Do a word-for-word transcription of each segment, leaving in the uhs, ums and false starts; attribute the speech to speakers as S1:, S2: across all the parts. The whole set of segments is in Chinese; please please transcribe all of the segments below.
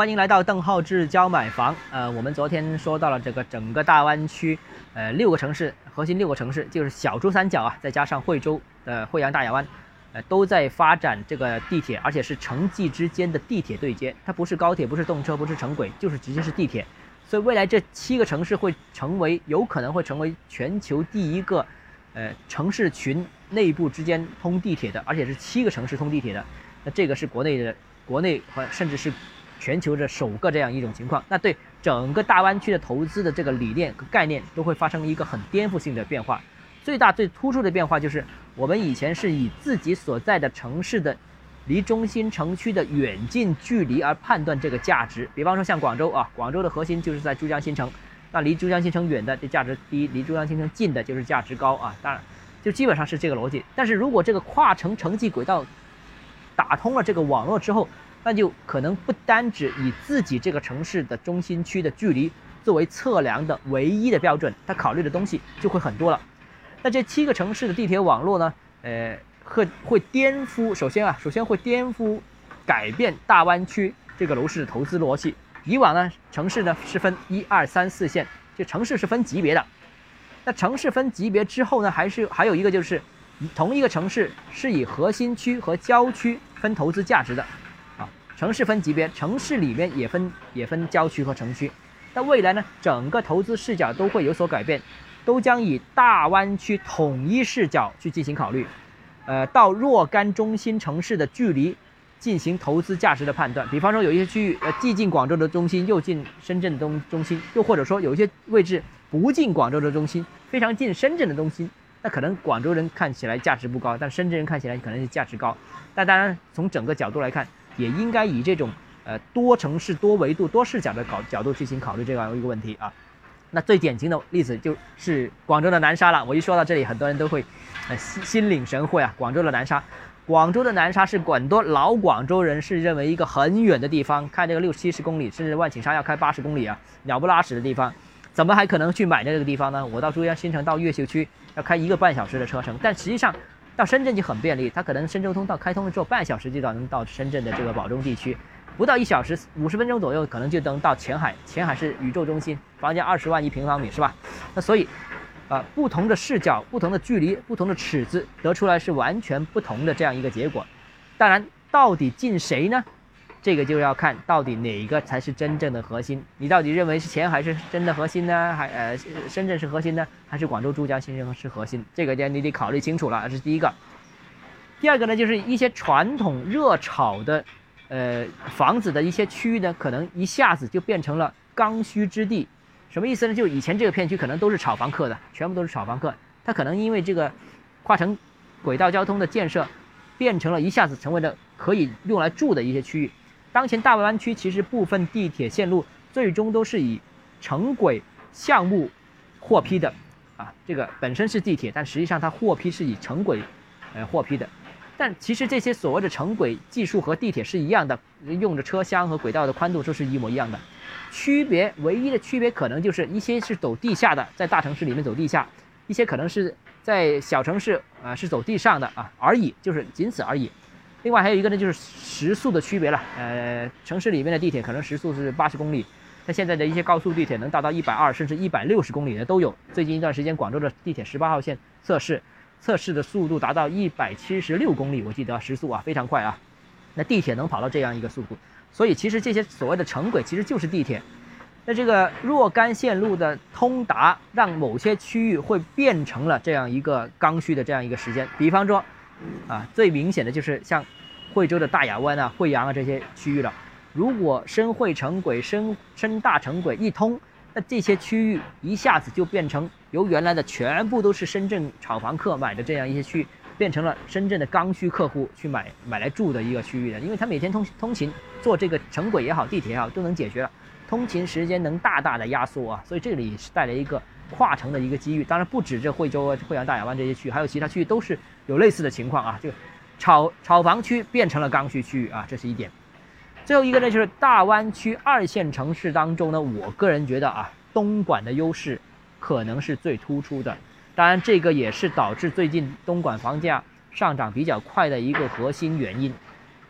S1: 欢迎来到邓浩志教买房。呃，我们昨天说到了这个整个大湾区，呃，六个城市，核心六个城市，就是小珠三角啊，再加上惠州的惠阳大亚湾，呃，都在发展这个地铁，而且是城际之间的地铁对接，它不是高铁，不是动车，不是城轨，就是直接是地铁。所以未来这七个城市会成为，有可能会成为全球第一个，呃，城市群内部之间通地铁的，而且是七个城市通地铁的。那这个是国内的，国内和甚至是全球的首个这样一种情况，那对整个大湾区的投资的这个理念和概念都会发生一个很颠覆性的变化。最大最突出的变化就是，我们以前是以自己所在的城市的离中心城区的远近距离而判断这个价值。比方说像广州啊，广州的核心就是在珠江新城，那离珠江新城远的这价值低，离珠江新城近的就是价值高啊。当然，就基本上是这个逻辑。但是如果这个跨城城际轨道打通了这个网络之后，那就可能不单只以自己这个城市的中心区的距离作为测量的唯一的标准，它考虑的东西就会很多了。那这七个城市的地铁网络呢，呃，会会颠覆，首先啊，首先会颠覆改变大湾区这个楼市的投资逻辑。以往呢，城市呢是分一二三四线，就城市是分级别的。那城市分级别之后呢，还是还有一个就是，同一个城市是以核心区和郊区分投资价值的。城市分级别，城市里面也分也分郊区和城区。那未来呢，整个投资视角都会有所改变，都将以大湾区统一视角去进行考虑，呃，到若干中心城市的距离进行投资价值的判断。比方说有一些区域，呃，既进广州的中心，又进深圳的中中心，又或者说有一些位置不进广州的中心，非常近深圳的中心，那可能广州人看起来价值不高，但深圳人看起来可能是价值高。但当然，从整个角度来看，也应该以这种呃多城市、多维度、多视角的角角度进行考虑这样一个问题啊。那最典型的例子就是广州的南沙了。我一说到这里，很多人都会呃心心领神会啊。广州的南沙，广州的南沙是很多老广州人是认为一个很远的地方，开这个六七十公里，甚至万顷沙要开八十公里啊，鸟不拉屎的地方，怎么还可能去买这个地方呢？我到珠江新城到越秀区要开一个半小时的车程，但实际上到深圳就很便利，它可能深州通道开通了之后，半小时就到能到深圳的这个宝中地区，不到一小时，五十分钟左右，可能就能到前海。前海是宇宙中心，房价二十万一平方米，是吧？那所以，呃，不同的视角、不同的距离、不同的尺子，得出来是完全不同的这样一个结果。当然，到底进谁呢？这个就要看到底哪个才是真正的核心。你到底认为是前海是真的核心呢，还呃深圳是核心呢，还是广州珠江新城是核心？这个点你得考虑清楚了，这是第一个。第二个呢，就是一些传统热炒的呃房子的一些区域呢，可能一下子就变成了刚需之地。什么意思呢？就是以前这个片区可能都是炒房客的，全部都是炒房客，它可能因为这个跨城轨道交通的建设，变成了一下子成为了可以用来住的一些区域。当前大湾区其实部分地铁线路最终都是以城轨项目获批的啊，这个本身是地铁，但实际上它获批是以城轨呃获批的。但其实这些所谓的城轨技术和地铁是一样的，用的车厢和轨道的宽度都是一模一样的，区别唯一的区别可能就是一些是走地下的，在大城市里面走地下，一些可能是在小城市啊、呃、是走地上的啊而已，就是仅此而已。另外还有一个呢，就是时速的区别了。呃，城市里面的地铁可能时速是八十公里，但现在的一些高速地铁能达到一百二甚至一百六十公里的都有。最近一段时间，广州的地铁十八号线测试，测试的速度达到一百七十六公里，我记得时速啊非常快啊。那地铁能跑到这样一个速度，所以其实这些所谓的城轨其实就是地铁。那这个若干线路的通达，让某些区域会变成了这样一个刚需的这样一个时间。比方说，啊，最明显的就是像惠州的大亚湾啊、惠阳啊这些区域了。如果深惠城轨、深深大城轨一通，那这些区域一下子就变成由原来的全部都是深圳炒房客买的这样一些区域，变成了深圳的刚需客户去买买来住的一个区域的。因为他每天通通勤坐这个城轨也好、地铁也好都能解决了，通勤时间能大大的压缩啊，所以这里是带来一个跨城的一个机遇。当然不止这惠州、惠阳、大亚湾这些区域，还有其他区域都是有类似的情况啊，就炒炒房区变成了刚需区域啊，这是一点。最后一个呢，就是大湾区二线城市当中呢，我个人觉得啊，东莞的优势可能是最突出的。当然，这个也是导致最近东莞房价上涨比较快的一个核心原因。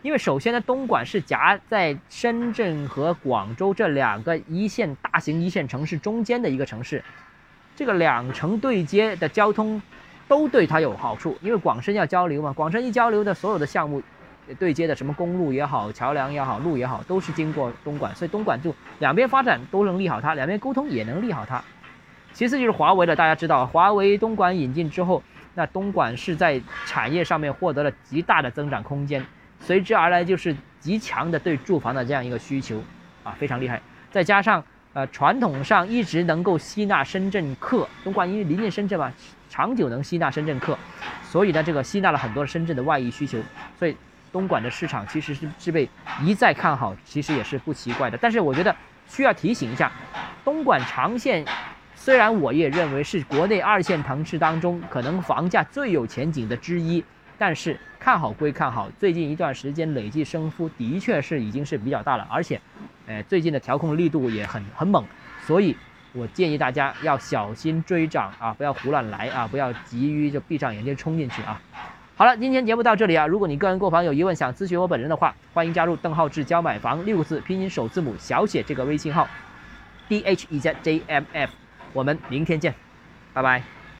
S1: 因为首先呢，东莞是夹在深圳和广州这两个一线大型一线城市中间的一个城市，这个两城对接的交通都对它有好处，因为广深要交流嘛，广深一交流的所有的项目对接的什么公路也好、桥梁也好、路也好，都是经过东莞，所以东莞就两边发展都能利好它，两边沟通也能利好它。其次就是华为了，大家知道，华为东莞引进之后，那东莞是在产业上面获得了极大的增长空间。随之而来就是极强的对住房的这样一个需求啊，非常厉害。再加上呃传统上一直能够吸纳深圳客，东莞因为临近深圳嘛，长久能吸纳深圳客，所以呢这个吸纳了很多深圳的外溢需求，所以东莞的市场其实是是被一再看好，其实也是不奇怪的。但是我觉得需要提醒一下，东莞长线虽然我也认为是国内二线城市当中可能房价最有前景的之一，但是看好归看好，最近一段时间累计升幅的确是已经是比较大了，而且，呃，最近的调控力度也很很猛，所以我建议大家要小心追涨啊，不要胡乱来啊，不要急于就闭上眼睛冲进去啊。好了，今天节目到这里啊，如果你个人购房有疑问想咨询我本人的话，欢迎加入邓浩志教买房六个字拼音首字母小写这个微信号 D H E Z J M F， 我们明天见，拜拜。